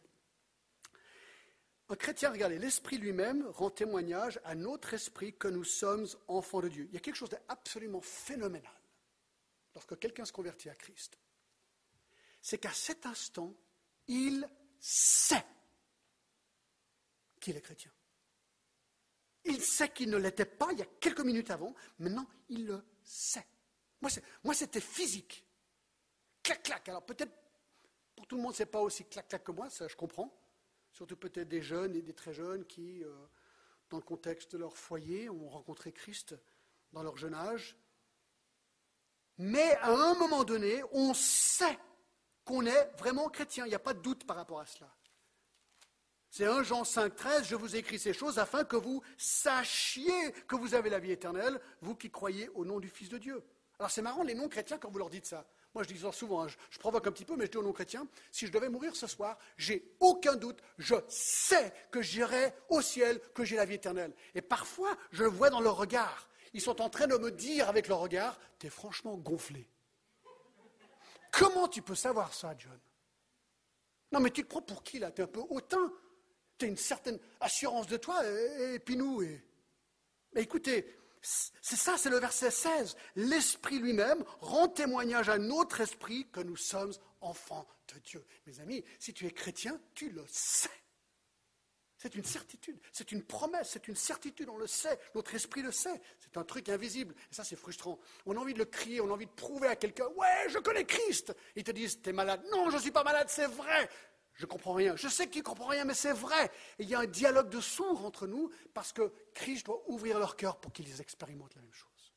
Un chrétien, regardez, l'Esprit lui-même rend témoignage à notre esprit que nous sommes enfants de Dieu. Il y a quelque chose d'absolument phénoménal lorsque quelqu'un se convertit à Christ. C'est qu'à cet instant, il sait qu'il est chrétien. Il sait qu'il ne l'était pas il y a quelques minutes avant, maintenant il le sait. Moi, c'est, moi c'était physique. Clac, clac. Alors peut-être, pour tout le monde, ce n'est pas aussi clac, clac que moi, ça je comprends. Surtout peut-être des jeunes et des très jeunes qui, euh, dans le contexte de leur foyer, ont rencontré Christ dans leur jeune âge. Mais à un moment donné, on sait qu'on est vraiment chrétien. Il n'y a pas de doute par rapport à cela. C'est premier Jean cinq, treize, je vous écris ces choses afin que vous sachiez que vous avez la vie éternelle, vous qui croyez au nom du Fils de Dieu. Alors c'est marrant, les non-chrétiens, quand vous leur dites ça. Moi, je dis ça souvent, hein, je, je provoque un petit peu, mais je dis aux non-chrétiens, si je devais mourir ce soir, j'ai aucun doute, je sais que j'irai au ciel, que j'ai la vie éternelle. Et parfois, je le vois dans leur regard. Ils sont en train de me dire avec leur regard, t'es franchement gonflé. Comment tu peux savoir ça, John? Non, mais tu te prends pour qui, là? T'es un peu hautain. T'as une certaine assurance de toi, et, et puis nous. Et... Mais écoutez, c'est ça, c'est le verset seize. L'Esprit lui-même rend témoignage à notre esprit que nous sommes enfants de Dieu. Mes amis, si tu es chrétien, tu le sais. C'est une certitude, c'est une promesse, c'est une certitude, on le sait, notre esprit le sait. C'est un truc invisible, et ça c'est frustrant. On a envie de le crier, on a envie de prouver à quelqu'un, ouais, je connais Christ. Ils te disent, t'es malade. Non, je ne suis pas malade, c'est vrai. Je ne comprends rien. Je sais que tu ne comprends rien, mais c'est vrai. Et il y a un dialogue de sourds entre nous parce que Christ doit ouvrir leur cœur pour qu'ils expérimentent la même chose.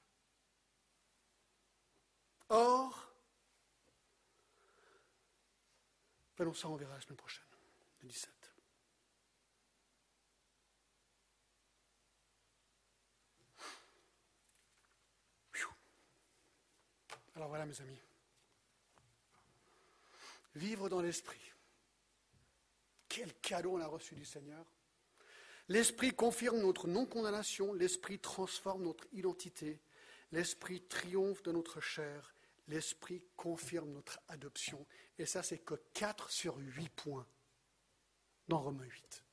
Or, ben ça on verra la semaine prochaine, le dix-sept. Alors voilà mes amis. Vivre dans l'esprit. Quel cadeau on a reçu du Seigneur. L'Esprit confirme notre non-condamnation, l'Esprit transforme notre identité, l'Esprit triomphe de notre chair, l'Esprit confirme notre adoption. Et ça, c'est que quatre sur huit points dans Romains huit.